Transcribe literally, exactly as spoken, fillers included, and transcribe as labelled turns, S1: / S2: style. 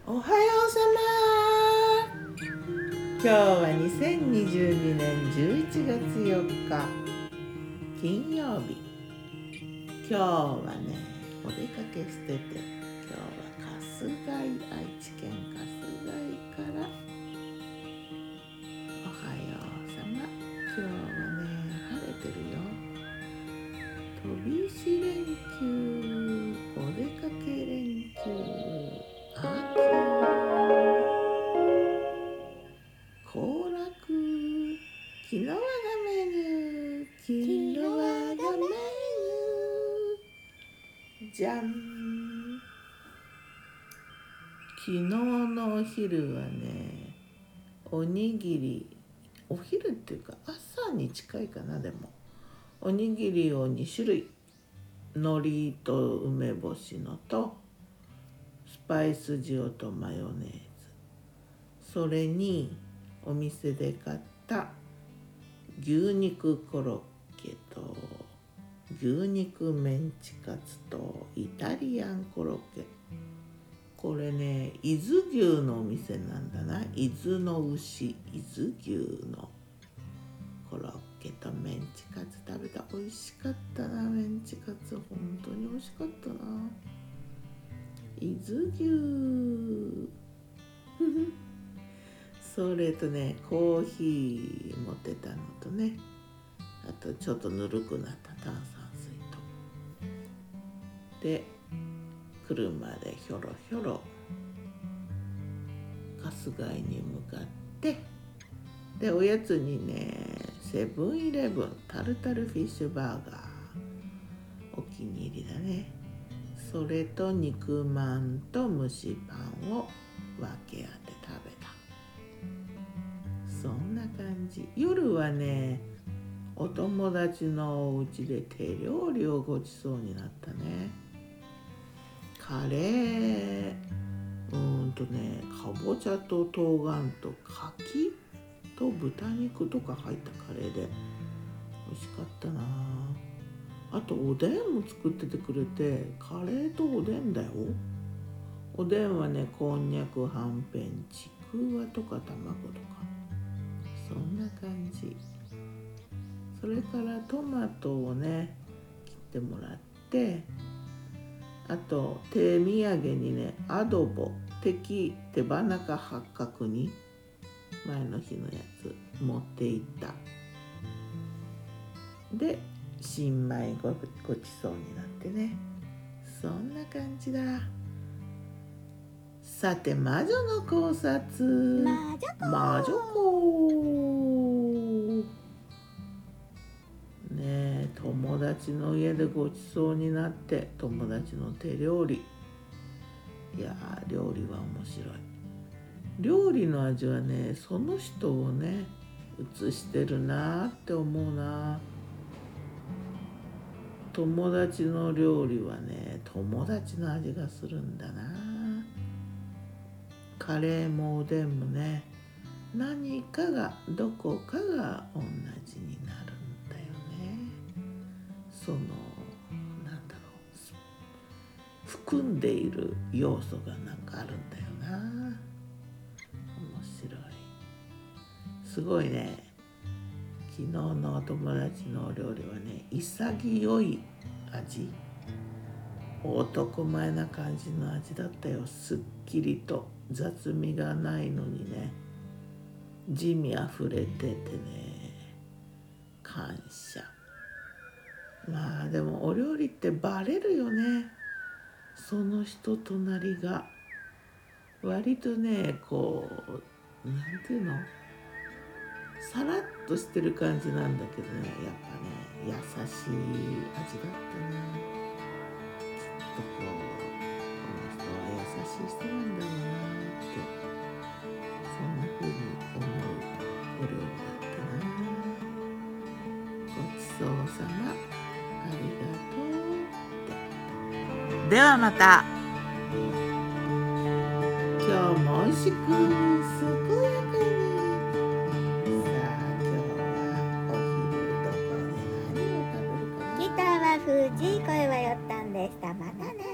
S1: おはようさま。今日はにせんにじゅうにねんじゅういちがつよっか金曜日。今日はねお出かけしてて、今日は春日井、愛知県春日井からおはようさま。今日はね晴れてるよ。飛び石連休、お出かけ連休、秋行楽、キノワがメニュー、キノワがメニュー、じゃん。昨日のお昼はね、おにぎり、お昼っていうか朝に近いかな。でもおにぎりをにしゅるい、海苔と梅干しのとスパイス塩とマヨネーズ、それにお店で買った牛肉コロッケと牛肉メンチカツとイタリアンコロッケ。これね伊豆牛のお店なんだな。伊豆の牛、伊豆牛のコロッケとメンチカツ食べた。美味しかったな。メンチカツ本当に美味しかったな。伊豆牛それとねコーヒー持ってたのとね、あとちょっとぬるくなった炭酸水とで、車でひょろひょろ春日井に向かって、でおやつにねセブンイレブンタルタルフィッシュバーガーお気に入りだね。それと肉まんと蒸しパンを分け合って食べた。そんな感じ。夜はねお友達のお家で手料理をごちそうになったね。カレー、うーんとねかぼちゃと冬瓜と柿と豚肉とか入ったカレーで美味しかったな。あとおでんも作っててくれて、カレーとおでんだよ。おでんはねこんにゃく、はんぺん、ちくわとか卵とか、そんな感じ。それからトマトをね切ってもらって、あと手土産にねアドボ敵手羽中八角に前の日のやつ持っていった。で新米 ご, ごちそうになってね。そんな感じだ。さて魔女の考察。
S2: 魔女子
S1: 魔女子ねえ、友達の家でごちそうになって、友達の手料理。いやー料理は面白い。料理の味はねその人をね映してるなって思うな。友達の料理はね友達の味がするんだな。カレーもおでんもね何かがどこかが同じになるんだよね。そのなんだろう、含んでいる要素がなんかあるんだよな。面白い。すごいね。昨日のお友達のお料理はね潔い味、男前な感じの味だったよ。すっきりと雑味がないのにね地味あふれててね感謝。まあでもお料理ってバレるよね。その人となりが割とねこうなんていうの、さらっとしてる感じなんだけどね、やっぱね優しい味だったな。きっとこうこの人は優しい人なんだろうなって、そんな風に思うお料理だったな。ごちそうさま、ありがとうって。ではまた。今日も美味しく健やかに。さあ今日はお昼どこで何を食べるかな。
S2: ギターは藤井、声はよったんでした。またね。